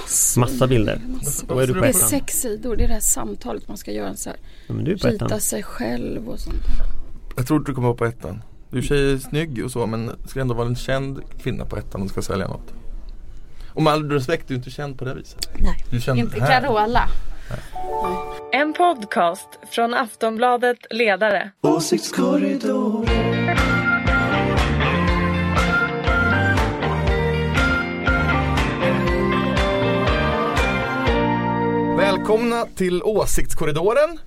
Massa bilder. Då är du på det är 6 sidor. Det är det här samtalet man ska göra så här. Ja, men du är på rita sig själv och sånt. Jag tror du kommer vara på ettan. Du är snygg och så, men ska ändå vara en känd kvinna på ettan och ska sälja något. Och med all respekt, du är inte känd på det viset. Nej, du är känd inte Carola. Nej. En podcast från Aftonbladet Ledare. Åsiktskorridor. Välkomna till Åsiktskorridoren.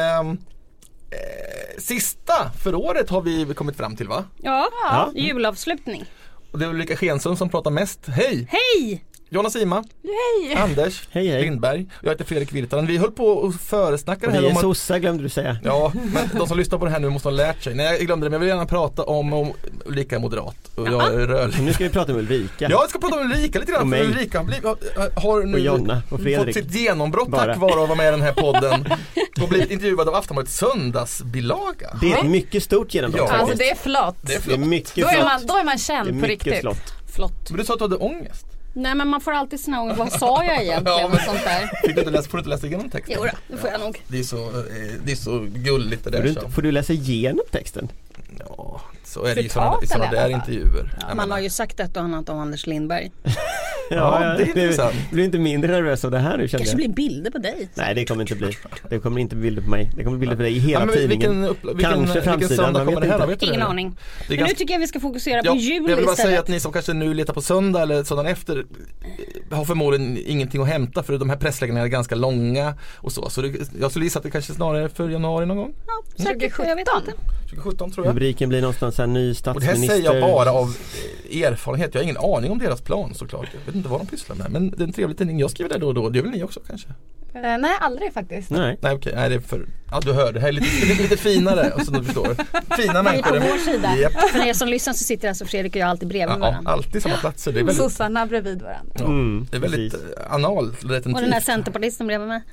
Sista för året har vi kommit fram till, va? Ja. Julavslutning. Och det är Ulrika Schenström som pratar mest. Hej! Hej! Jonas Ima. Hej! Anders. Hej. Lindberg. Jag heter Fredrik Virtanen. Vi höll på att föresnacka och det här. Vi är sossa, glömde du säga. Ja, men de som lyssnar på det här nu måste ha lärt sig. Nej, jag glömde det, men jag vill gärna prata om Ulrika är moderat. Och jag är rörlig. Nu ska vi prata om Ulrika. Ja, jag ska prata om Ulrika lite grann. För Ulrika har nu och Jonna och Fredrik. fått sitt genombrott tack vare att vara med i den här podden. Och blivit intervjuad av Aftonbladets söndagsbilaga. Det är ett mycket stort genombrott. Ja, alltså det är flott. Det är flott. Det är mycket då är man känd på riktigt. Flott. Men du sa att du hade ångest. Nej, men man får alltid sina ångest. Vad sa jag egentligen? Ja, men, och sånt där. Får du inte läsa igenom texten? Jo, det får jag nog. Det är så gulligt det där. Får du läsa igenom texten? Ja, så är det ju i sådana där intervjuer. Ja, man har ju sagt ett och annat om Anders Lindberg. Ja, det är intressant. Du blir inte mindre nervös av det här nu, känner kanske blir bilder på dig. Nej, det kommer inte bli. Det kommer inte bli bilder på mig. Det kommer bli bilder på dig i hela tidningen. Kanske framsidan, man vet inte. Ingen aning. Men nu tycker jag vi ska fokusera på jul istället. Jag vill bara säga att ni som kanske nu letar på söndag eller sådan efter har förmodligen ingenting att hämta, för de här pressläggarna är ganska långa och så. Så jag skulle gissa att det kanske snarare är för januari någon gång. Ja, säkert. Jag vet inte. 2017 tror jag. Rubriken blir någonstans en ny statsminister. Och det här säger jag bara av erfarenhet. Jag har ingen aning om deras plan såklart. Jag vet inte vad de pysslar med. Men det är en trevlig tidning. Jag skriver där då och då. Det vill ni också kanske? Nej, aldrig faktiskt. Nej, okej. Nej, det är för... Ja, du hör. Det här är lite finare. Och så du förstår. Fina människor. På vår sida. Yep. För er som lyssnar så sitter alltså Fredrik och jag alltid bredvid varandra. Ja, alltid samma platser. Det är väldigt... Sossarna bredvid varandra. Ja, det är väldigt analretentivt. Och den här centerpartisten bredvid mig.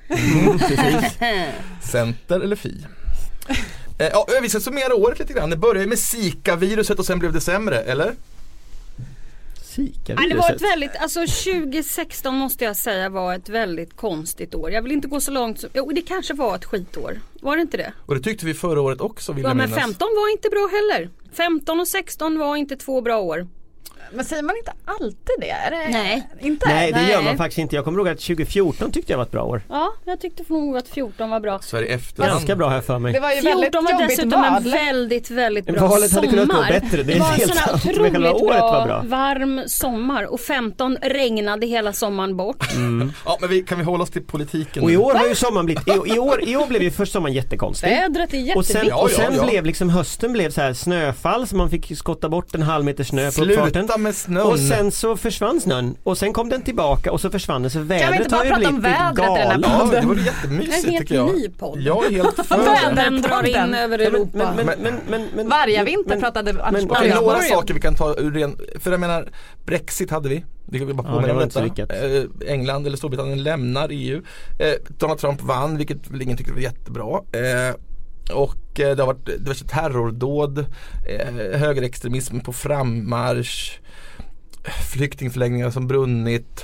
Center eller fi? Ja, vi ska summera året lite grann. Det började med Zika-viruset och sen blev det sämre, eller? Det var ett väldigt, alltså 2016 måste jag säga var ett väldigt konstigt år. Jag vill inte gå så långt, det kanske var ett skitår. Var det inte det? Och det tyckte vi förra året också, vill jag minnas. Men 15 var inte bra heller. 15 och 16 var inte 2 bra år. Men säger man inte alltid det? Är det Nej. Inte? Nej, det gör man faktiskt inte. Jag kommer ihåg att 2014 tyckte jag var ett bra år. Ja, jag tyckte nog att 14 var bra. Sverige efter. Ganska bra här för mig. Det var ju 14 var dessutom en väldigt bra valet sommar. hade kunnat gå bättre. Det var en sån otroligt bra, varm sommar. Och 15 regnade hela sommaren bort. Ja, men kan vi hålla oss till politiken? Och i år har ju sommaren blivit... I år blev ju först sommaren jättekonstig. Vädret är jätteviktigt. Och sen blev liksom hösten blev så här snöfall, så man fick skotta bort en halv meter snö på uppfarten. Sluta med snön. Och sen så försvann snön. Och sen kom den tillbaka och så försvann den. Så vädret har ju blivit galet. Ja, det var jättemysigt tycker jag. Jag är helt för den drar in över Europa. Men varje vinter pratade Anders Borg. Okej, några saker vi kan ta ur ren... För jag menar, Brexit hade vi. Det kan vi bara påminna om detta. England eller Storbritannien lämnar EU. Donald Trump vann, vilket väl ingen tycker var jättebra. Och det har varit diverse terrordåd, högerextremism på frammarsch, flyktingförläggningar som brunnit,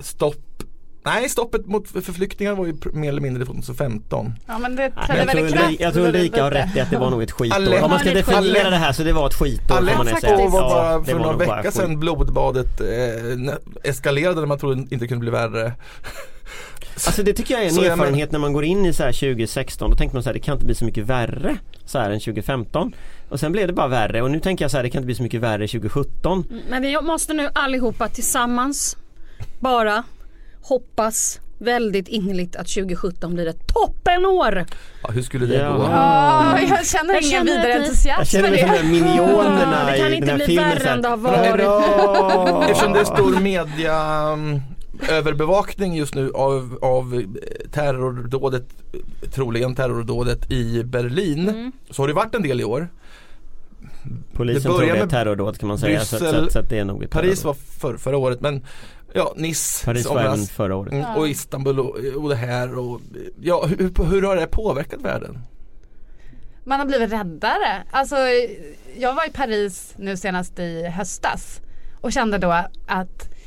stoppet mot förflyktingar var ju mer eller mindre 2015. Ja, men det jag tror Ulrika har rätt i att det var nog ett skitår. Om man ska definiera det här så det var ett skitår. Aleppo var bara för några veckor sedan blodbadet eskalerade när man trodde det inte kunde bli värre. Alltså det tycker jag är en erfarenhet när man går in i så här 2016. Då tänker man så här, det kan inte bli så mycket värre så här än 2015. Och sen blev det bara värre. Och nu tänker jag så här, det kan inte bli så mycket värre 2017. Men vi måste nu allihopa tillsammans bara hoppas väldigt innerligt att 2017 blir ett toppenår. Ja, hur skulle det gå? Ja, jag känner ingen vidare entusiasm. Jag känner mig som de minionerna i den här filmen. Det kan inte bli värre än det har varit. Eftersom det är stor media överbevakning just nu av terrordådet, troligen terrordådet i Berlin, så har det varit en del i år. Polisen tror det är terrordåd kan man säga. Bryssel, så att det är nog Paris var förra året, men Nice Paris var även förra året. Och Istanbul och det här och, hur har det påverkat världen? Man har blivit räddare. Alltså, jag var i Paris nu senast i höstas och kände då att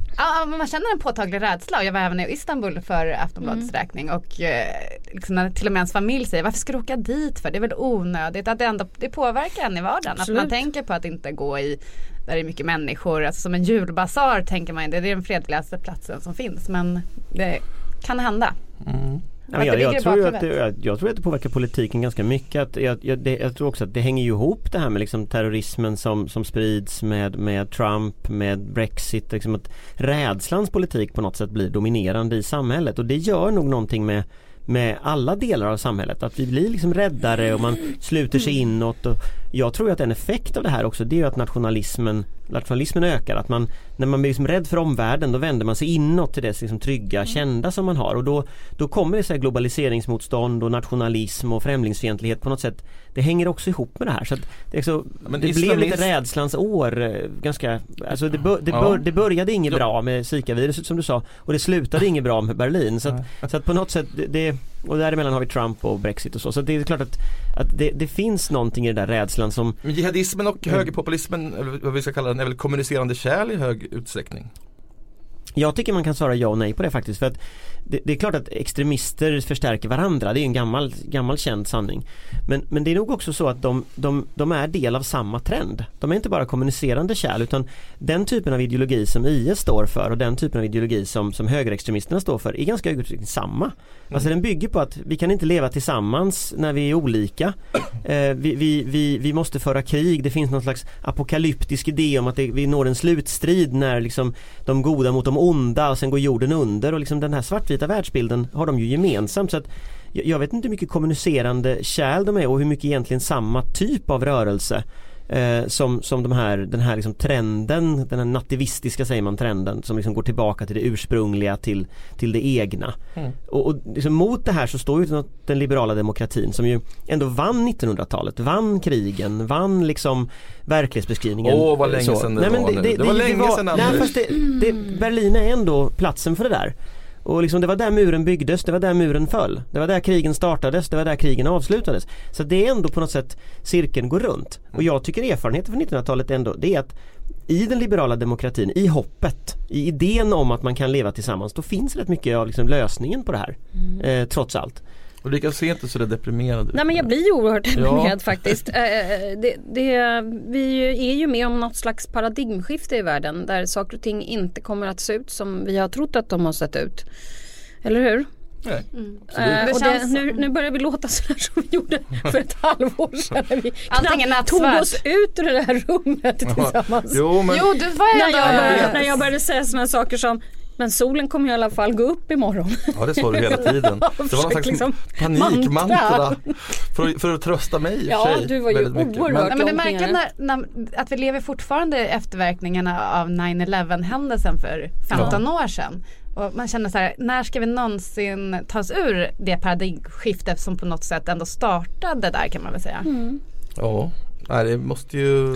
Ja, man känner en påtaglig rädsla och jag var även i Istanbul för Aftonbladets räkning och liksom när till och med ens familj säger varför ska du åka dit för? Det är väl onödigt att det påverkar en i vardagen. Absolut. Att man tänker på att inte gå i där det är mycket människor, alltså som en julbasar tänker man, det är den fredligaste platsen som finns, men det kan hända. Ja, jag tror att det påverkar politiken ganska mycket. Jag tror också att det hänger ihop det här med liksom terrorismen som sprids med Trump, med Brexit. Liksom att rädslans politik på något sätt blir dominerande i samhället. Och det gör nog någonting med alla delar av samhället. Att vi blir liksom räddare och man sluter sig inåt. Och jag tror att en effekt av det här också, det är ju att nationalismen ökar. Att när man blir liksom rädd för omvärlden, då vänder man sig inåt till det liksom trygga, kända som man har. Och då kommer det så här globaliseringsmotstånd och nationalism och främlingsfientlighet på något sätt. Det hänger också ihop med det här. Så att det blev lite rädslans år. Ganska, alltså det började inget bra med Zika-viruset som du sa. Och det slutade inget bra med Berlin. Så att på något sätt, och däremellan har vi Trump och Brexit och så. Så det är klart att det finns någonting i det där rädslan som... Men jihadismen och högerpopulismen, vad vi ska kalla den, är väl kommunicerande kärl i hög utsträckning? Jag tycker man kan svara ja och nej på det faktiskt. För att det är klart att extremister förstärker varandra. Det är en gammal känd sanning. Men det är nog också så att de är del av samma trend. De är inte bara kommunicerande kärl, utan den typen av ideologi som IS står för och den typen av ideologi som högerextremisterna står för är ganska hög utsträckning samma. Alltså den bygger på att vi kan inte leva tillsammans när vi är olika. Vi måste föra krig. Det finns någon slags apokalyptisk idé om att vi når en slutstrid när liksom de goda mot de onda och sen går jorden under, och liksom den här svartvita världsbilden har de ju gemensamt. Så att jag vet inte hur mycket kommunicerande kärl de är och hur mycket egentligen samma typ av rörelse som den här liksom trenden, den här nativistiska säger man trenden, som liksom går tillbaka till det ursprungliga, till det egna. Och liksom mot det här så står ju den liberala demokratin som ju ändå vann 1900-talet, vann krigen, vann liksom verklighetsbeskrivningen. Vad länge sedan det var. Det var länge sedan. Nej, fast Berlin är ändå platsen för det där. Och liksom det var där muren byggdes, det var där muren föll. Det var där krigen startades, det var där krigen avslutades. Så det är ändå på något sätt cirkeln går runt. Och jag tycker erfarenheten från 1900-talet ändå, det är att i den liberala demokratin, i hoppet, i idén om att man kan leva tillsammans, då finns rätt mycket av liksom lösningen på det här, trots allt. Och du kan se inte så där deprimerad ut. Nej, men jag blir oerhört deprimerad faktiskt. Vi är ju med om något slags paradigmskifte i världen där saker och ting inte kommer att se ut som vi har trott att de har sett ut. Eller hur? Nej. Och nu börjar vi låta sådär som vi gjorde för ett halvår sedan. Vi tog oss ut ur det här rummet tillsammans. Jo, du var när jag började säga sådana saker som men solen kommer i alla fall gå upp imorgon. Ja, det sa du hela tiden. Det var någon slags liksom panikmantra för att trösta mig. Ja, du var ju oerhört. Men det märker när att vi lever fortfarande efterverkningarna av 9/11-händelsen för 15 år sedan. Och man känner så här, när ska vi någonsin ta oss ur det paradigmskiftet som på något sätt ändå startade där, kan man väl säga. Ja, det måste ju...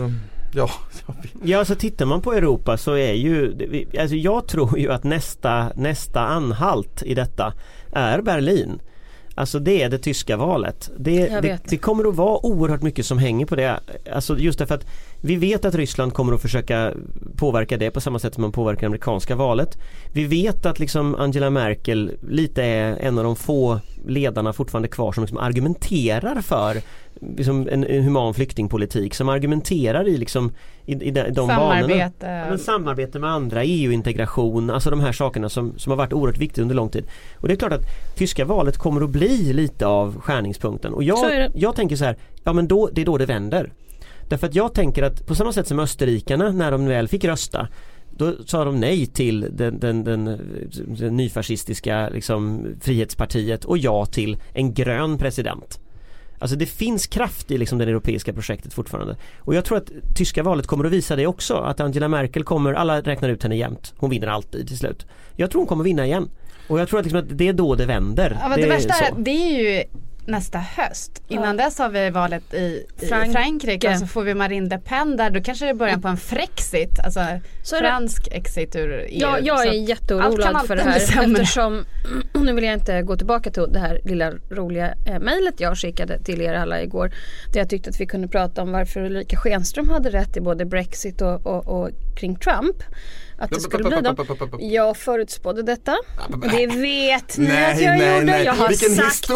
Ja, så tittar man på Europa så är ju, alltså jag tror ju att nästa anhalt i detta är Berlin. Alltså det är det tyska valet. Det kommer att vara oerhört mycket som hänger på det. Alltså just därför att vi vet att Ryssland kommer att försöka påverka det på samma sätt som man påverkar det amerikanska valet. Vi vet att liksom Angela Merkel lite är en av de få ledarna fortfarande kvar som liksom argumenterar för liksom en human flyktingpolitik, som argumenterar i liksom i de banorna. Samarbete med andra, EU-integration, alltså de här sakerna som har varit oerhört viktiga under lång tid. Och det är klart att tyska valet kommer att bli lite av skärningspunkten. Och jag tänker så här, ja men det är då det vänder. Därför att jag tänker att på samma sätt som österrikarna när de väl fick rösta, då sa de nej till den nyfascistiska liksom, Frihetspartiet och ja till en grön president. Alltså det finns kraft i liksom det europeiska projektet fortfarande. Och jag tror att tyska valet kommer att visa det också. Att Angela Merkel alla räknar ut henne jämt. Hon vinner alltid till slut. Jag tror hon kommer vinna igen. Och jag tror att, liksom att det är då det vänder. Ja, men det värsta är, det är ju nästa höst. Innan dess har vi valet i Frankrike och så får vi Marine Le Pen där. Då kanske det är början på en Frexit, alltså fransk exit ur EU. Ja, jag är jätteorolig för det här eftersom, nu vill jag inte gå tillbaka till det här lilla roliga mejlet jag skickade till er alla igår, där jag tyckte att vi kunde prata om varför Ulrika Schenström hade rätt i både Brexit och kring Trump. att det skulle bli dem. Jag förutspådde detta. Det vet ni att jag gjorde. Jag har sagt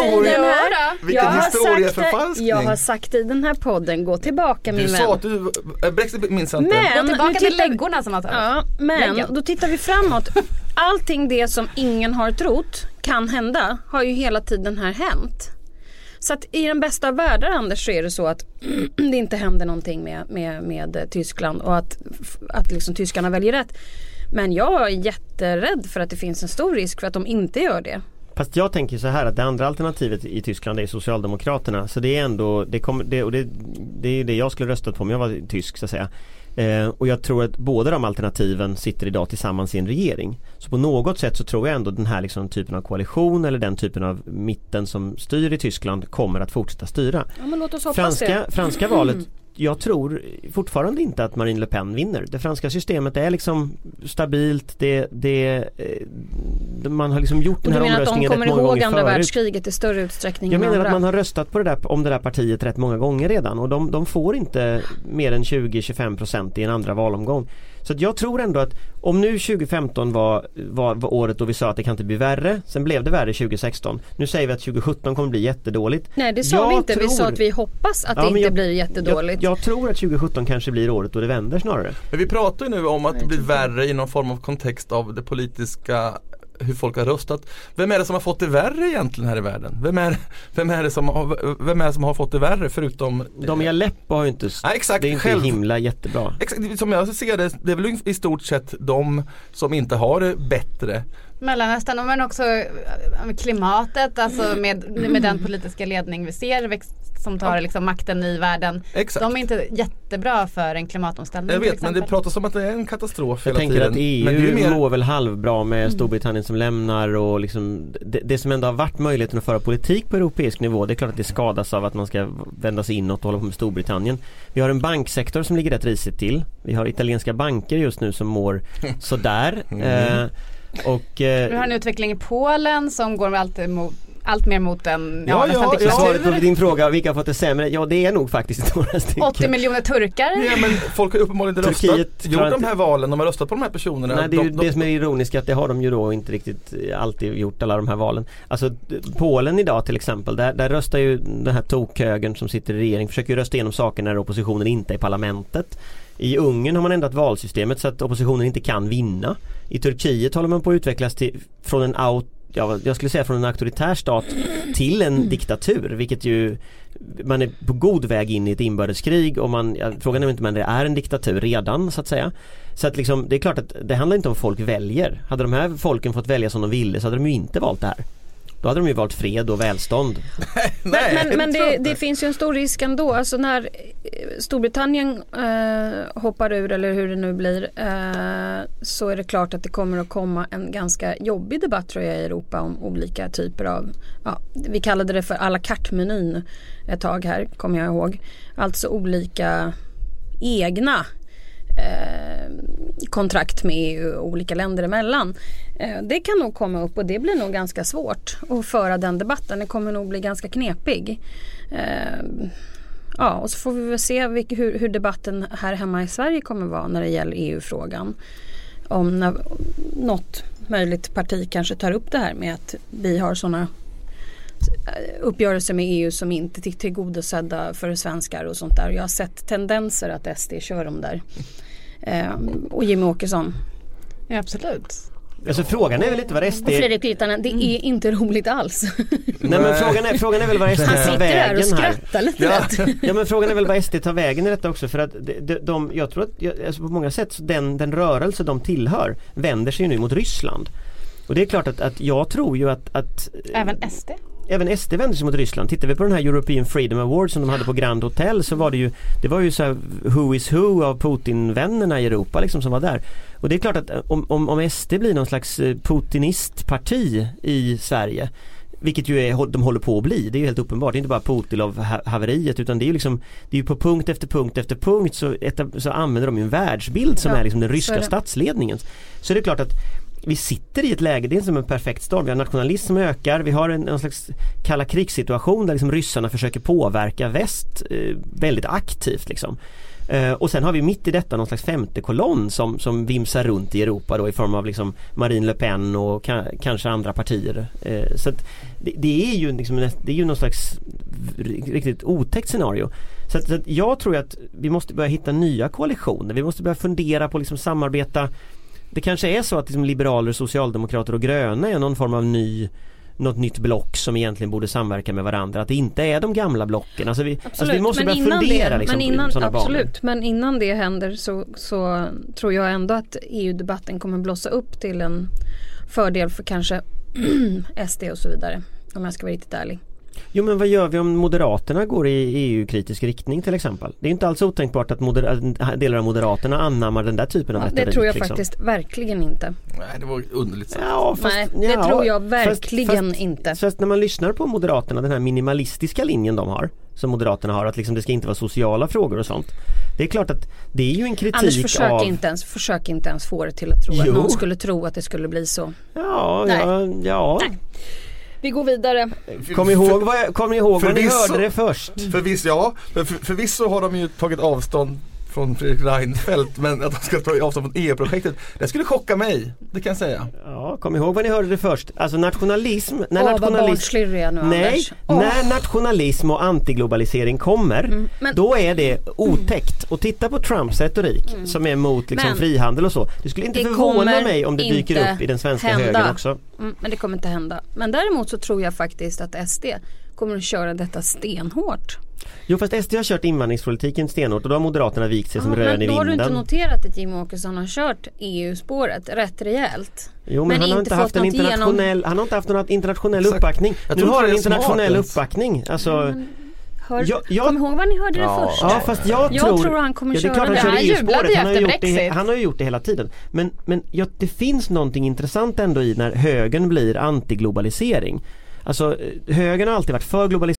jag har sagt i den här podden, gå tillbaka min vän. Du sa att du Brexit minns inte. Men gå tillbaka till läggorna som att men då tittar vi framåt. Allting det som ingen har trott kan hända har ju hela tiden här hänt. Så att i den bästa av världar, Anders, så är det så att det inte händer någonting med Tyskland och att liksom tyskarna väljer rätt. Men jag är jätterädd för att det finns en stor risk för att de inte gör det. Fast jag tänker så här att det andra alternativet i Tyskland är Socialdemokraterna. Så det är ändå, det är det jag skulle röstat på om jag var tysk, så att säga. Och jag tror att båda de alternativen sitter idag tillsammans i en regering. Så på något sätt så tror jag ändå den här liksom typen av koalition eller den typen av mitten som styr i Tyskland kommer att fortsätta styra. Ja, men låt oss hoppas franska valet, jag tror fortfarande inte att Marine Le Pen vinner. Det franska systemet är liksom stabilt. Man har liksom gjort den här omröstningen rätt många gånger förut. Du menar att de kommer ihåg andra världskriget i större utsträckning? Jag menar att man har röstat på om det där partiet rätt många gånger redan. Och de får inte mer än 20-25% i en andra valomgång. Så att jag tror ändå att om nu 2015 var året då vi sa att det kan inte bli värre, sen blev det värre 2016. Nu säger vi att 2017 kommer bli jättedåligt. Nej, det sa vi inte. Vi sa att vi hoppas att det inte blir jättedåligt. Jag tror att 2017 kanske blir året då det vänder snarare. Men vi pratar ju nu om att det blir värre i någon form av kontext av det politiska, hur folk har röstat. Vem är det som har fått det värre egentligen här i världen? Vem är det som har fått det värre förutom de i Aleppo har ju inte exakt, det är inte himla jättebra. Exakt, som jag ser det är väl i stort sett de som inte har det bättre. Mellanöstern, men också klimatet, alltså med den politiska ledning vi ser som tar liksom makten i världen. Exakt. De är inte jättebra för en klimatomställning. Jag vet, men det pratas om att det är en katastrof hela tiden. Jag tänker att EU mår väl halvbra med Storbritannien som lämnar och liksom det som ändå har varit möjligheten att föra politik på europeisk nivå, det är klart att det skadas av att man ska vända sig inåt och hålla på med Storbritannien. Vi har en banksektor som ligger rätt risigt till. Vi har italienska banker just nu som mår sådär. Vi har en utveckling i Polen som går allt mer mot en svaret på din fråga, vilka har fått det sämre? Ja, det är nog faktiskt några stycken. 80 miljoner turkar. Ja, men folk har uppenbarligen inte gjort de här valen. De har röstat på de här personerna. Nej, det är ju det som är ironiskt, att det har de ju då inte riktigt alltid gjort, alla de här valen. Alltså Polen idag till exempel, där röstar ju den här tokhögern som sitter i regering, försöker ju rösta igenom saker när oppositionen inte är i parlamentet. I Ungern har man ändrat valsystemet så att oppositionen inte kan vinna. I Turkiet håller man på att utvecklas från en auktoritär stat till en diktatur, vilket ju man är på god väg in i ett inbördeskrig och frågan är inte om det är en diktatur redan, så att säga. Så att liksom, det är klart att det handlar inte om folk väljer. Hade de här folken fått välja som de ville så hade de ju inte valt det här. Då hade de ju valt fred och välstånd. Men det finns ju en stor risk ändå. Alltså när Storbritannien hoppar ur, eller hur det nu blir, så är det klart att det kommer att komma en ganska jobbig debatt, tror jag, i Europa om olika typer av, vi kallade det för à la carte-menyn ett tag här, kommer jag ihåg. Alltså olika egna kontrakt med EU och olika länder emellan. Det kan nog komma upp och det blir nog ganska svårt att föra den debatten. Det kommer nog bli ganska knepig. Och så får vi väl se hur debatten här hemma i Sverige kommer vara när det gäller EU-frågan. Om något möjligt parti kanske tar upp det här med att vi har sådana uppgörelser med EU som inte är tillgodosedda för svenskar och sånt där. Jag har sett tendenser att SD kör dem där. Och Jimmy Åkesson. Ja, absolut. Alltså frågan är väl lite vad SD... Och Fredrik Virtanen, det är inte roligt alls. Nej, men frågan är väl vad SD tar vägen här. Han sitter där och skrattar lite. Ja, men frågan är väl vad SD tar vägen i detta också. För att jag tror att alltså på många sätt den rörelse de tillhör vänder sig nu mot Ryssland. Och det är klart att jag tror ju att även SD? Även SD vänder sig mot Ryssland. Tittar vi på den här European Freedom Awards som de hade på Grand Hotel, så var det var ju så här who is who av Putin-vännerna i Europa liksom som var där. Och det är klart att om SD blir någon slags putinistparti i Sverige, vilket ju de håller på att bli, det är ju helt uppenbart. Det är inte bara Putin av haveriet, utan det är ju liksom, det är ju på punkt efter punkt efter punkt så använder de ju en världsbild som är liksom den ryska statsledningens. Så det är klart att vi sitter i ett läge, det är som en perfekt storm. Vi har nationalism som ökar, vi har en slags kalla krigssituation där liksom ryssarna försöker påverka väst väldigt aktivt liksom. Och sen har vi mitt i detta någon slags femte kolonn som vimsar runt i Europa då, i form av liksom Marine Le Pen och kanske andra partier. Så att det är ju liksom, det är ju någon slags riktigt otäckt scenario. Så att jag tror att vi måste börja hitta nya koalitioner. Vi måste börja fundera på liksom samarbeta. Det kanske är så att liksom liberaler, socialdemokrater och gröna är någon form av något nytt block som egentligen borde samverka med varandra. Att det inte är de gamla blocken. Alltså vi måste börja fundera liksom, sådana banor. Men innan det händer så tror jag ändå att EU-debatten kommer blossa upp till en fördel för kanske SD och så vidare. Om jag ska vara riktigt ärlig. Jo, men vad gör vi om Moderaterna går i EU-kritisk riktning till exempel? Det är inte alls otänkbart att delar av Moderaterna anammar den där typen av retorik. Det tror jag liksom. Faktiskt verkligen inte. Nej, det var underligt sagt. Ja, det tror jag verkligen inte. Fast när man lyssnar på Moderaterna, den här minimalistiska linjen de har, som Moderaterna har, att liksom det ska inte vara sociala frågor och sånt. Det är klart att det är ju en kritik Anders, försök inte ens få det till att tro att någon skulle tro att det skulle bli så. Ja. Nej. Vi går vidare. Kom ihåg vad ni hörde det först. Förvisso har de ju tagit avstånd från Fredrik Reinfeldt, men att de ska ta avstånd från EU-projektet, det skulle chocka mig, det kan jag säga. Ja, kom ihåg vad ni hörde det först. Alltså nationalism, när nationalism och antiglobalisering kommer, då är det otäckt. Och titta på Trumps retorik som är emot liksom frihandel och så. Det skulle inte förvåna mig om det dyker upp i den svenska högern också. Men det kommer inte hända. Men däremot så tror jag faktiskt att SD kommer att köra detta stenhårt. Jo, fast SD har kört invandringspolitiken stenhårt och då har Moderaterna vikt sig som rön i vinden. Men då har du inte noterat att Jimmie Åkesson har kört EU-spåret rätt rejält. Jo, men han har inte haft någon internationell uppbackning. Nu har han en internationell uppbackning. Alltså... Kom ihåg vad ni hörde det först. Ja, fast jag tror han kommer köra det. Han jublade efter han har ju gjort det hela tiden. Men det finns någonting intressant ändå i när högern blir antiglobalisering. Alltså, högern har alltid varit för globalisering.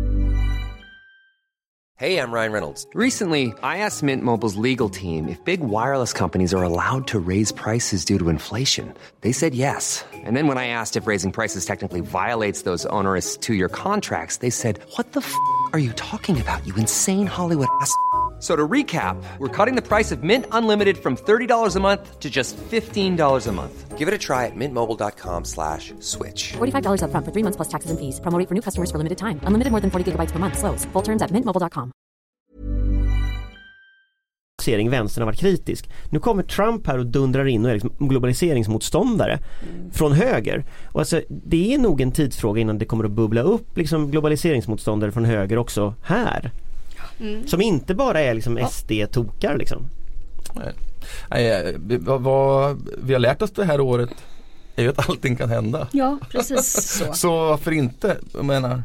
Hey, I'm Ryan Reynolds. Recently, I asked Mint Mobile's legal team if big wireless companies are allowed to raise prices due to inflation. They said yes. And then when I asked if raising prices technically violates those onerous 2-year contracts, they said, "What the f*** are you talking about, you insane Hollywood ass?" So to recap, we're cutting the price of Mint Unlimited from $30 a month to just $15 a month. Give it a try at mintmobile.com/switch. $45 up front for 3 months plus taxes and fees. Promo rate for new customers for limited time. Unlimited more than 40 gigabytes per month. Slows full terms at mintmobile.com. Vänstern har varit kritisk. Nu kommer Trump här och dundrar in och är liksom globaliseringsmotståndare från höger. Och alltså, det är nog en tidsfråga innan det kommer att bubbla upp liksom globaliseringsmotståndare från höger också här. Som inte bara är liksom SD-tokar liksom. Nej, vad vi har lärt oss det här året är ju att allting kan hända. Ja, precis så. Så varför inte? Jag menar,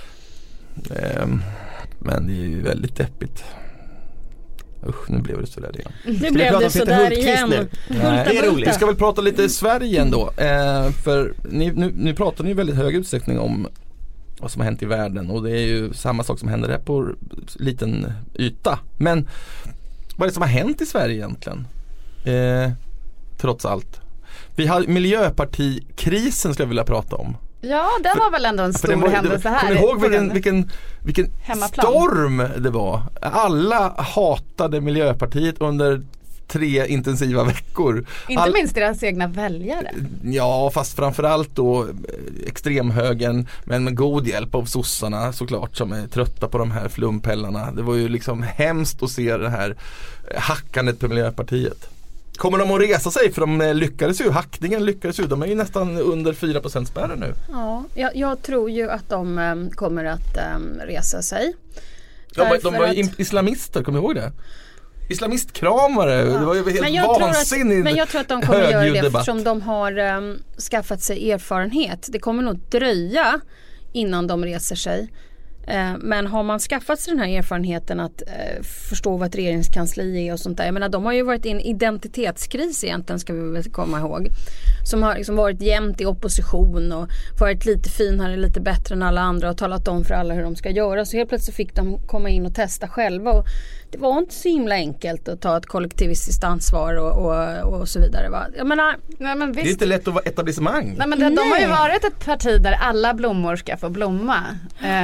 men det är ju väldigt deppigt. Usch, nu blev det så där igen. Nu blev det så där igen. Nej, det är roligt. Vi ska väl prata lite Sverige ändå. För nu pratar ni i väldigt hög utsträckning om vad som har hänt i världen. Och det är ju samma sak som händer här på liten yta. Men vad är det som har hänt i Sverige egentligen? Trots allt. Vi har miljöpartikrisen skulle jag vilja prata om. Ja, den var väl ändå en stor händelse här. Kommer ni ihåg vilken storm det var? Alla hatade Miljöpartiet under 3 intensiva veckor. Inte minst deras egna väljare. Ja, fast framförallt då extremhögern, men med god hjälp av sossarna såklart, som är trötta på de här flumpellarna. Det var ju liksom hemskt att se det här hackandet på Miljöpartiet. Kommer de att resa sig? För de lyckades ju, hackningen lyckades ju. De är ju nästan under 4% spärren nu. Ja, jag tror ju att de kommer att resa sig. De var ju islamister, kommer du ihåg det? Islamistkramare, ja. Det var ju helt vansinnigt. Men jag tror att de kommer göra det eftersom de har skaffat sig erfarenhet. Det kommer nog dröja innan de reser sig. Men har man skaffat sig den här erfarenheten att förstå vad ett regeringskansli är och sånt där. Jag menar, de har ju varit i en identitetskris egentligen, ska vi väl komma ihåg. Som har liksom varit jämt i opposition och varit lite finare, lite bättre än alla andra och talat om för alla hur de ska göra. Så helt plötsligt fick de komma in och testa själva. Och det var inte så himla enkelt att ta ett kollektivistiskt ansvar och så vidare. Va? Jag menar, men visst. Det är inte lätt att vara etablissemang. Nej, men de har ju varit ett parti där alla blommor ska få blomma.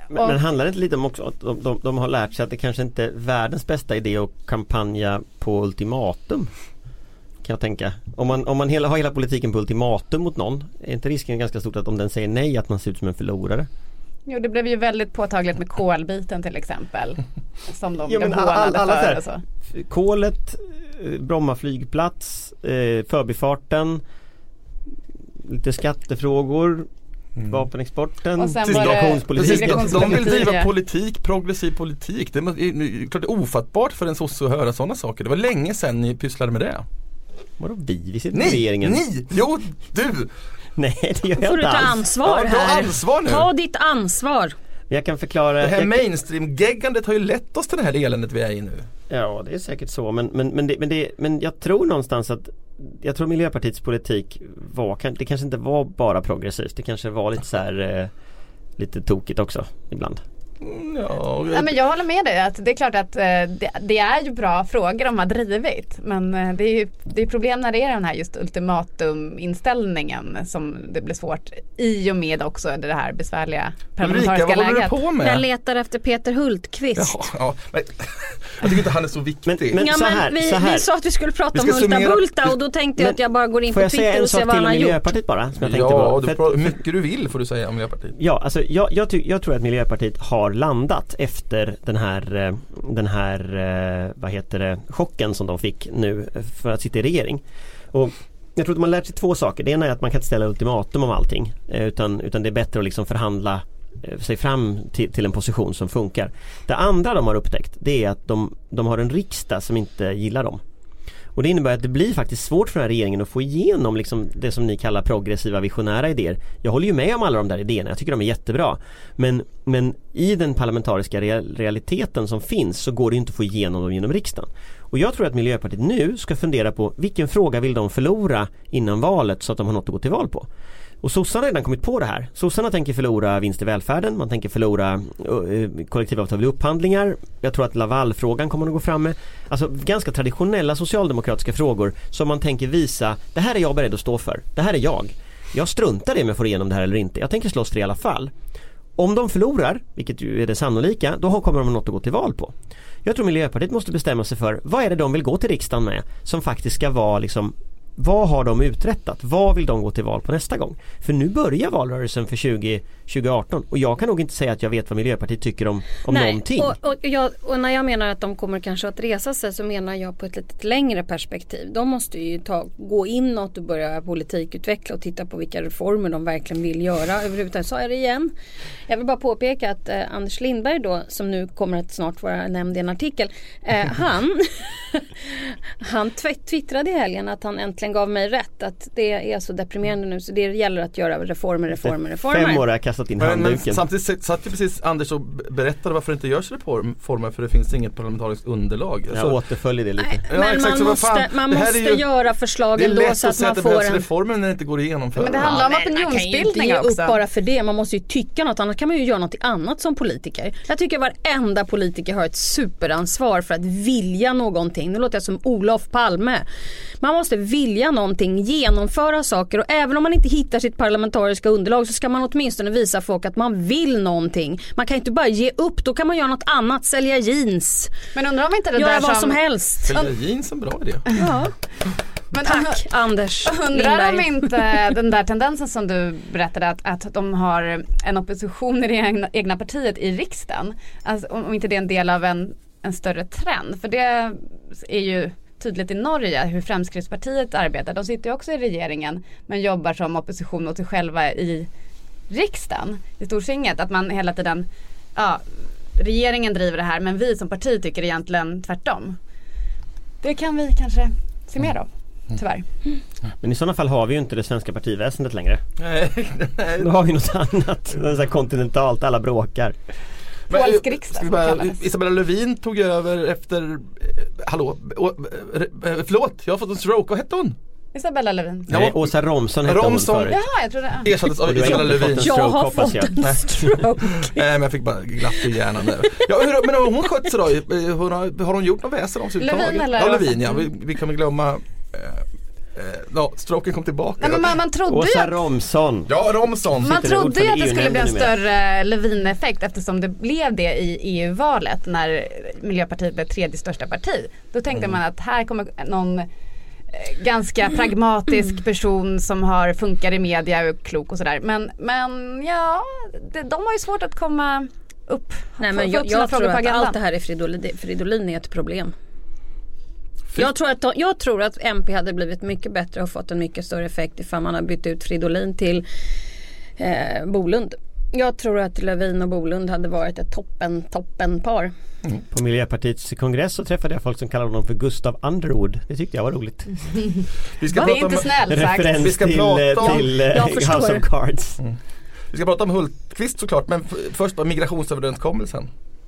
Men handlar det inte lite om också att de har lärt sig att det kanske inte är världens bästa idé att kampanja på ultimatum? Kan jag tänka. Om man har hela politiken på ultimatum mot någon, är inte risken ganska stort att om den säger nej att man ser ut som en förlorare? Jo, det blev ju väldigt påtagligt med kolbiten till exempel. Som de blev hånade för och så. Kolet, Bromma flygplats, förbifarten, lite skattefrågor, vapenexporten, migrationspolitiken. De vill driva politik, progressiv politik. Det är klart ofattbart för en sosse att höra sådana saker. Det var länge sedan ni pysslade med det. Vadå vi sitter i regeringen? Jo, du! Nej, det gör jag får inte du ta alls. ansvar här. Ta ditt ansvar. Jag kan förklara. Det här mainstream-geggandet har ju lett oss till det här eländet vi är i nu. Ja, det är säkert så. Men jag tror någonstans att Miljöpartiets politik det kanske inte var bara progressivt. Det kanske var lite så här lite tokigt också ibland. Ja, men jag håller med dig att det är klart att det är ju bra frågor de har drivit, men det är problem när det är den här just ultimatuminställningen som det blir svårt i och med också det här besvärliga parlamentariska läget. Jag letar efter Peter Hultqvist. Ja, men jag tycker inte han är så viktig. Men vi sa att vi skulle prata om Hulta och då tänkte jag att jag bara går in på Twitter och ser vad han har gjort. Miljöpartiet bara, som jag tänkte på. Hur mycket du vill får du säga om Miljöpartiet. Ja, alltså jag tror att Miljöpartiet har landat efter den här chocken som de fick nu för att sitta i regering. Och jag tror att man lärt sig två saker. Det ena är att man kan inte ställa ultimatum om allting utan det är bättre att liksom förhandla sig fram till en position som funkar. Det andra de har upptäckt, det är att de har en riksdag som inte gillar dem. Och det innebär att det blir faktiskt svårt för den här regeringen att få igenom liksom det som ni kallar progressiva visionära idéer. Jag håller ju med om alla de där idéerna, jag tycker de är jättebra. Men i den parlamentariska realiteten som finns så går det inte att få igenom dem genom riksdagen. Och jag tror att Miljöpartiet nu ska fundera på vilken fråga vill de förlora innan valet så att de har något att gå till val på. Och sossarna har redan kommit på det här. Sossarna tänker förlora vinst i välfärden. Man tänker förlora kollektivavtal vid upphandlingar. Jag tror att Lavalfrågan kommer att gå fram med. Alltså ganska traditionella socialdemokratiska frågor som man tänker visa, det här är jag beredd att stå för. Det här är jag. Jag struntar i om jag får igenom det här eller inte. Jag tänker slåss för i alla fall. Om de förlorar, vilket ju är det sannolika, då kommer de något att gå till val på. Jag tror Miljöpartiet måste bestämma sig för vad är det de vill gå till riksdagen med som faktiskt ska vara liksom, vad har de uträttat? Vad vill de gå till val på nästa gång? För nu börjar valrörelsen för 2018 och jag kan nog inte säga att jag vet vad Miljöpartiet tycker om någonting. Och när jag menar att de kommer kanske att resa sig så menar jag på ett lite längre perspektiv. De måste ju gå inåt och börja politikutveckla och titta på vilka reformer de verkligen vill göra. Överhuvudtaget så är det igen. Jag vill bara påpeka att Anders Lindberg då, som nu kommer att snart vara nämnd i en artikel, han twittrade i helgen att han äntligen gav mig rätt att det är så deprimerande nu så det gäller att göra reformer. 5 år har jag kastat in handduken. Men samtidigt satt ju precis Anders och berättade varför det inte görs reformer för det finns inget parlamentariskt underlag. Jag återföljer det lite. Nej, men man måste göra förslagen då så att man får en reformer när det inte går igenom. Men det handlar om opinionsbildning också. Upp bara för det. Man måste ju tycka något, annars kan man ju göra något annat som politiker. Jag tycker varenda politiker har ett superansvar för att vilja någonting. Nu låter jag som Olof Palme. Man måste vilja någonting, genomföra saker och även om man inte hittar sitt parlamentariska underlag så ska man åtminstone visa folk att man vill någonting. Man kan inte bara ge upp, då kan man göra något annat, sälja jeans. Men undrar om inte det göra där vad som helst. Sälja jeans är en bra idé. Ja. Men tack Anders undrar om inte den där tendensen som du berättade att de har en opposition i det egna partiet i riksdagen, alltså, om inte det är en del av en större trend, för det är ju tydligt i Norge hur Fremskrittspartiet arbetar. De sitter ju också i regeringen men jobbar som opposition åt sig själva i riksdagen, i Stortinget, att man hela tiden regeringen driver det här men vi som parti tycker egentligen tvärtom. Det kan vi kanske se mer av. Tyvärr. Men i sådana fall har vi ju inte det svenska partiväsendet längre. Nej. Då har vi något annat. Så här kontinentalt, alla bråkar. Polsk riksdag. Isabella Lövin tog över efter förlåt, jag har fått en stroke. Vad hette hon? Isabella Lövin. Nej, Åsa Romson hette hon förut. Ja, jag tror det. Ersattes av Isabella Lövin. Jag har fått en stroke. Nej, men jag fick bara glatt i hjärnan nu. Men har hon skött sig då? Har hon gjort något väsen om sig? Lövin eller? Ja, Lövin, ja. Vi kan väl glömma Stroken kom tillbaka. Nej, men man trodde Åsa Romson. Ja, Romson. Man trodde ju att det skulle bli en större Lövin-effekt eftersom det blev det i EU-valet när Miljöpartiet blev tredje största parti. Då tänkte man att här kommer någon ganska pragmatisk person som funkar i media och är klok och sådär. Men ja, de har ju svårt att komma upp. Nej, men jag tror att allt det här är Fridolin är ett problem. Jag tror att MP hade blivit mycket bättre och fått en mycket större effekt ifall man har bytt ut Fridolin till Bolund. Jag tror att Lövin och Bolund hade varit ett toppenpar. På Miljöpartiets kongress så träffade jag folk som kallade honom för Gustav Underwood. Det tyckte jag var roligt. Vi ska det är inte snällt sagt. Referens vi ska till House of Cards. Vi ska prata om Hultqvist såklart, men först om migrationsöverenskommelsen.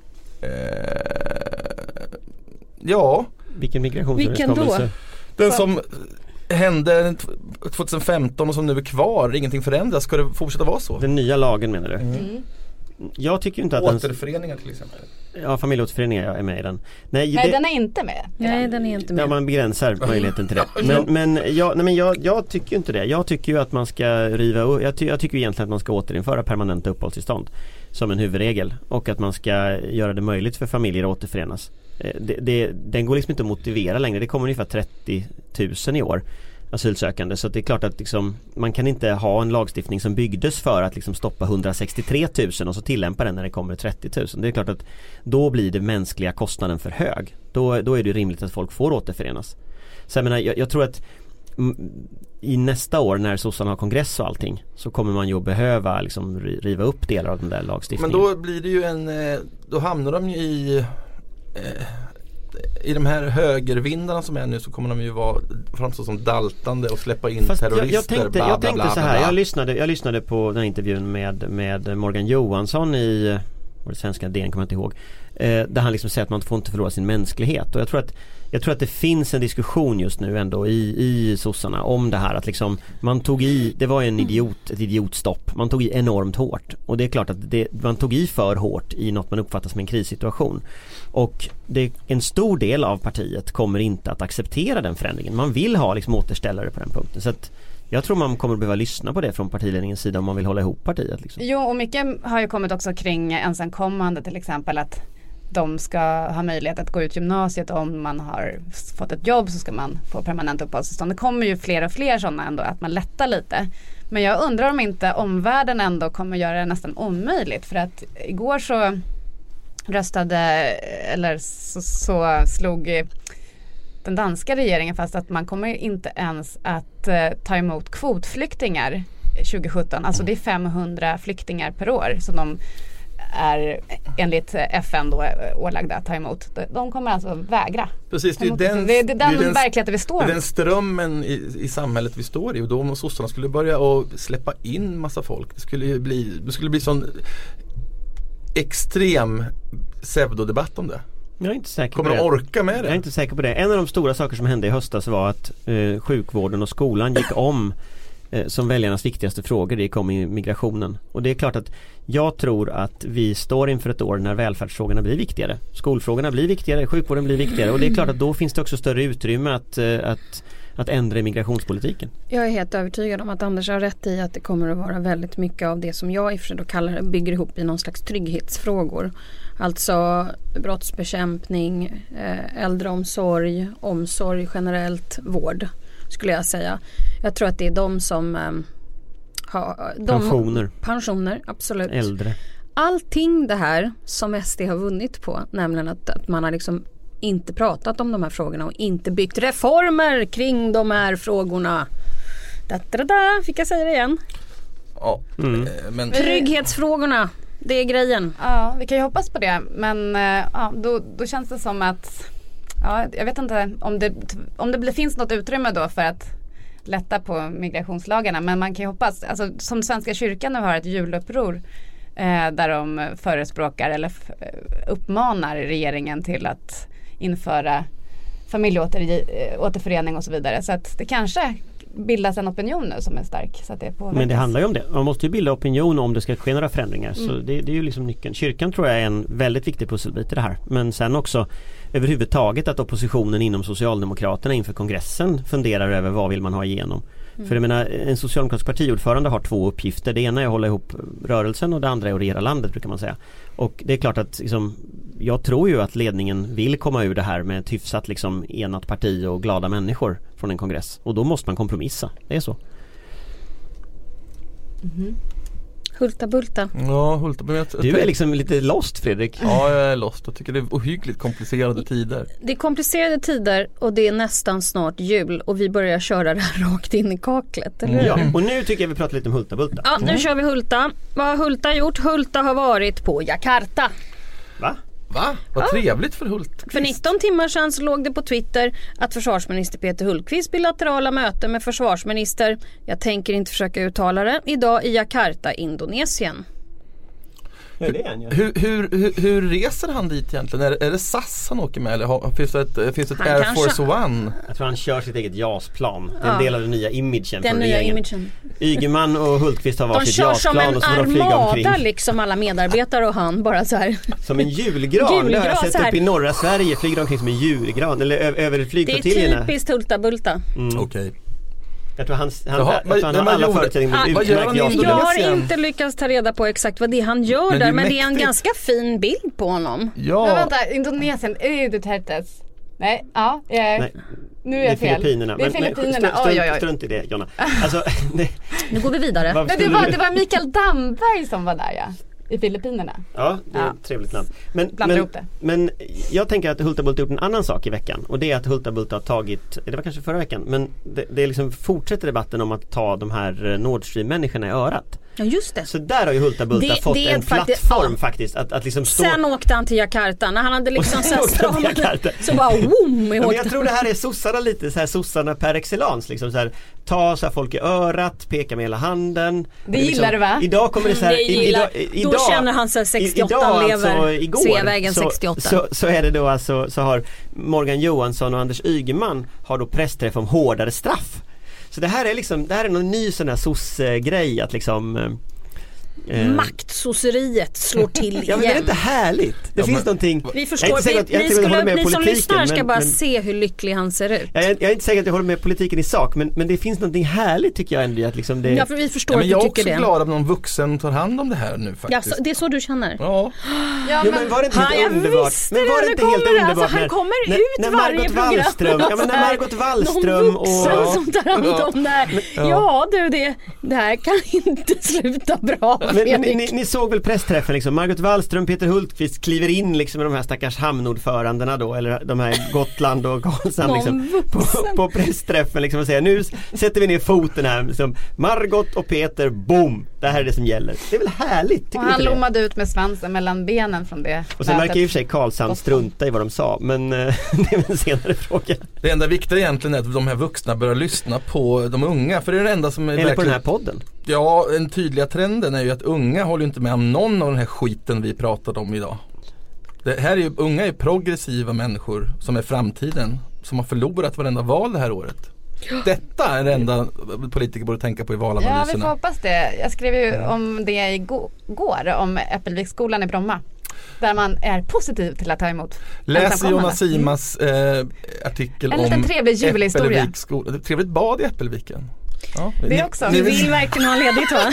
Ja. Vilken migrationsöverenskommelse? Den som hände 2015 och som nu är kvar. Ingenting förändras. Ska det fortsätta vara så? Den nya lagen menar du? Jag tycker inte att återföreningar till exempel. Ja, familjeåterföreningar är med i den. Nej, den är inte med. Nej, den är inte med. Ja, man begränsar möjligheten till det. Men jag tycker inte det. Jag tycker ju att man ska jag tycker egentligen att man ska återinföra permanenta uppehållstillstånd som en huvudregel och att man ska göra det möjligt för familjer att återförenas. Den går liksom inte att motivera längre. Det kommer ungefär 30 000 i år asylsökande, så det är klart att liksom, man kan inte ha en lagstiftning som byggdes för att liksom stoppa 163 000 och så tillämpa den när det kommer 30 000. Det är klart att då blir det mänskliga kostnaden för hög. Då är det rimligt att folk får återförenas. Så jag tror att i nästa år när sossarna har kongress och allting så kommer man ju behöva liksom riva upp delar av den där lagstiftningen. Men då blir det ju då hamnar de ju i de här högervindarna som är nu, så kommer de ju vara framstå som daltande och släppa in terrorister. Jag tänkte så här, jag lyssnade på den här intervjun med Morgan Johansson i det svenska DN, kommer jag inte ihåg, där han liksom säger att man får inte förlora sin mänsklighet, och jag tror att det finns en diskussion just nu ändå i sossarna om det här, att liksom man tog i, det var ett idiotstopp, man tog i enormt hårt, och det är klart att man tog i för hårt i något man uppfattar som en krissituation, och en stor del av partiet kommer inte att acceptera den förändringen. Man vill ha liksom återställare på den punkten, så att jag tror man kommer behöva lyssna på det från partiledningens sida om man vill hålla ihop partiet liksom. Jo, och mycket har ju kommit också kring ensamkommande till exempel, att de ska ha möjlighet att gå ut gymnasiet. Om man har fått ett jobb så ska man få permanent uppehållstillstånd. Det kommer ju fler och fler sådana ändå, att man lättar lite. Men jag undrar om inte omvärlden ändå kommer göra det nästan omöjligt. För att igår så så slog den danska regeringen fast att man kommer inte ens att ta emot kvotflyktingar 2017. Alltså det är 500 flyktingar per år som de är enligt FN då ålagda att ta emot. De kommer alltså vägra. Precis, det är den verkligheten vi står i. Det är den strömmen i samhället vi står i, och då om sossarna skulle börja och släppa in massa folk, det skulle bli sån extrem pseudodebatt om det. Jag är inte säker kommer på det. Kommer orka med det? Jag är inte säker på det. En av de stora saker som hände i höstas var att sjukvården och skolan gick om som väljarnas viktigaste frågor. Det kom i migrationen. Och det är klart att jag tror att vi står inför ett år när välfärdsfrågorna blir viktigare. Skolfrågorna blir viktigare, sjukvården blir viktigare. Och det är klart att då finns det också större utrymme att ändra migrationspolitiken. Jag är helt övertygad om att Anders har rätt i att det kommer att vara väldigt mycket av det som jag i och för sig då bygger ihop i någon slags trygghetsfrågor. Alltså brottsbekämpning, äldreomsorg, omsorg generellt, vård skulle jag säga. Jag tror att det är de som har pensioner, absolut. Äldre. Allting det här som SD har vunnit på, nämligen att man har liksom inte pratat om de här frågorna och inte byggt reformer kring de här frågorna. Fick jag säga det igen? Ja, men trygghetsfrågorna, det är grejen. Ja, vi kan ju hoppas på det. Men då känns det som att jag vet inte om det finns något utrymme då för att lätta på migrationslagarna. Men man kan ju hoppas, alltså, som Svenska kyrkan nu har ett juluppror där de förespråkar eller uppmanar regeringen till att införa familjeåterförening och så vidare. Så att det kanske bildas en opinion nu som är stark. Så att det men det handlar ju om det. Man måste ju bilda opinion om det ska ske några förändringar. Så det är ju liksom nyckeln. Kyrkan tror jag är en väldigt viktig pusselbit i det här. Men sen också överhuvudtaget att oppositionen inom Socialdemokraterna inför kongressen funderar över vad vill man ha igenom. För jag menar, en socialdemokratisk partiordförande har 2 uppgifter. Det ena är att hålla ihop rörelsen och det andra är att regera landet, brukar man säga. Och det är klart att liksom, jag tror ju att ledningen vill komma ur det här med ett hyfsat liksom, enat parti och glada människor från en kongress. Och då måste man kompromissa. Det är så. Hulta bulta. Ja, hulta bulta. Du är liksom lite lost, Fredrik. Ja, jag är lost. Jag tycker det är ohyggligt komplicerade tider. Det är komplicerade tider och det är nästan snart jul och vi börjar köra det här rakt in i kaklet, eller hur? Ja, och nu tycker jag vi pratar lite om Hulta bulta. Ja, nu kör vi Hulta. Vad har Hulta gjort? Hulta har varit på Jakarta. Va? Vad trevligt för Hultqvist. För 19 timmar sedan så låg det på Twitter att försvarsminister Peter Hultqvist bilaterala möte med försvarsminister, jag tänker inte försöka uttala det, idag i Jakarta, Indonesien. Hur reser han dit egentligen? Är det SAS han åker med? Eller finns det ett Air Force One? Jag tror han kör sitt eget JAS-plan. Det är en del av den nya imagen från regeringen. Ygeman och Hultqvist har varsitt JAS-plan och så får de flyga omkring. De kör som en armada liksom, alla medarbetare och han bara så här. Som en julgran. Det har jag sett upp i norra Sverige, flyger omkring som en julgran. Eller över flygflottiljerna. Det är typiskt Hulta bulta. Okej. Jag tror han har alla förutsättningar. Jag har inte lyckats ta reda på exakt vad det han gör där, men det är en ganska fin bild på honom. Ja. Men vänta, Indonesien, är det Dutertes? Nej, ja. Nej. Nu är jag fel. Filippinerna. Det är Filippinerna. Strunt i det, Jonna. Alltså, nu går vi vidare. Det var Mikael Damberg som var där, ja. I Filippinerna. Ja, det är ett trevligt namn. Men jag tänker att Hulta bulta gjort en annan sak i veckan. Och det är att Hulta bulta har tagit, det var kanske förra veckan, men det är liksom fortsätter debatten om att ta de här Nord Stream-människorna i örat. Ja, just det. Så där har ju Hulta bulta fått en plattform faktiskt. Att liksom stå... Sen åkte han till Jakarta. När han hade liksom så bara woom. Men jag tror det här är sossarna lite så här, sossarna per excellence liksom så här, ta så här folk i örat, peka med hela handen. Det gillar liksom, du, va? Idag kommer det så här, då känner han sig 68 idag, lever alltså, igår, Sveavägen 68. Så är det då alltså, så har Morgan Johansson och Anders Ygeman har då pressträff om hårdare straff. Så det här är liksom, det här är någon ny sån här soss-grej att liksom maktsosseriet slår till igen. Ja, men det är inte härligt. Det finns någonting. Vi förstår, ni som lyssnar ska bara se hur lycklig han ser ut. Jag är inte säker att jag håller med politiken i sak, men det finns någonting härligt tycker jag ändå att liksom det. Ja, för vi förstår att du tycker det. Jag är också glad att någon vuxen tar hand om det här nu faktiskt. Ja, det är så du känner. Ja. Men var det inte helt underbart? Men var det inte helt underbart alltså, han kommer ut varje program. Ja, men när Margot Wallström och som tar hand om det här. Ja, du, det här kan inte sluta bra. Men ni såg väl pressträffen liksom. Margot Wallström, Peter Hultqvist kliver in liksom med de här stackars hamnordförandena då, eller de här Gotland och Karlshamn liksom, på pressträffen liksom och säger nu sätter vi ner foten här liksom, Margot och Peter, boom, det här är det som gäller. Det är väl härligt. Och han lommade ut med svansen mellan benen från det. Och sen verkar ju för sig Karlshamn strunta i vad de sa, men det är en senare fråga. Det enda viktiga egentligen är att de här vuxna börjar lyssna på de unga, för det är det enda som är eller verkligen... på den här podden. Ja, den tydliga trenden är ju att unga håller inte med om någon av den här skiten vi pratade om idag. Det här är ju, unga är progressiva människor som är framtiden, som har förlorat varenda val det här året. Detta är det enda politiker borde tänka på i valanalyserna. Ja, vi får hoppas det. Jag skrev ju om det igår, om Äppelviksskolan i Bromma. Där man är positiv till att ta emot. Läs Jonas Simas artikel om en trevlig julhistoria. Trevligt bad i Äppelviken. Ja, det också. Vi vill verkligen ha ledigt, va?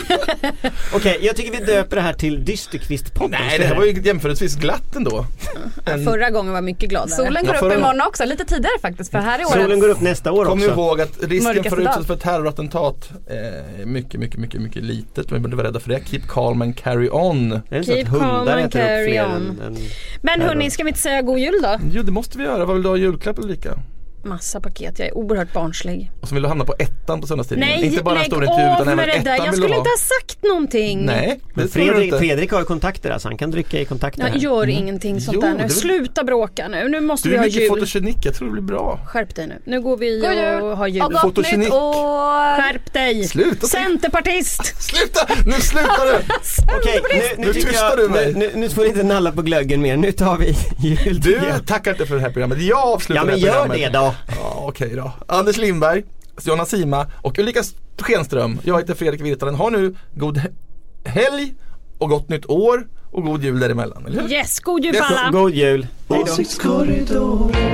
Okej, jag tycker vi döper det här till Dysterkvist-podden. Nej, det här var ju jämförelsevis glatt ändå. Förra gången var mycket gladare. Solen går upp imorgon också, lite tidigare faktiskt. För här i året. Solen går upp nästa år också. Kom ihåg att risken för utsatt för terrorattentat är mycket litet. Men vi är rädda för det. Keep calm and carry on. Keep calm and carry on. Men hörni, ska vi inte säga god jul då? Jo, det måste vi göra. Vad vill du ha julklapp eller lika? Massa paket, jag är oerhört barnslig. Och så vill du hamna på ettan på söndagstidningen. Nej, inte bara en stor intervju utan även ettan. Jag skulle inte ha sagt någonting. Nej, men Fredrik har ju kontakter, alltså han kan trycka i kontakter. Jag gör ingenting sånt där nu. Sluta bråka nu. Nu måste vi ha jul. Du är mycket fotogenik, jag tror det blir bra. Skärp dig nu. Nu går vi och har jul. Fotogenik. Skärp dig. Sluta. Centerpartist. Sluta. Nu slutar du. Okej, nu tystar du mig. Nu får inte nalla på glöggen mer. Nu tar vi jul. Du tackar inte för det här programmet. Jag avslutar det här programmet. Ja, men gör det då. Ja, okej då. Anders Lindberg, Jonna Sima och Ulrika Schenström. Jag heter Fredrik Virtanen. Ha nu god helg och gott nytt år och god jul däremellan, eller hur? Yes, god jul på alla. God jul. Åsiktskorridoren.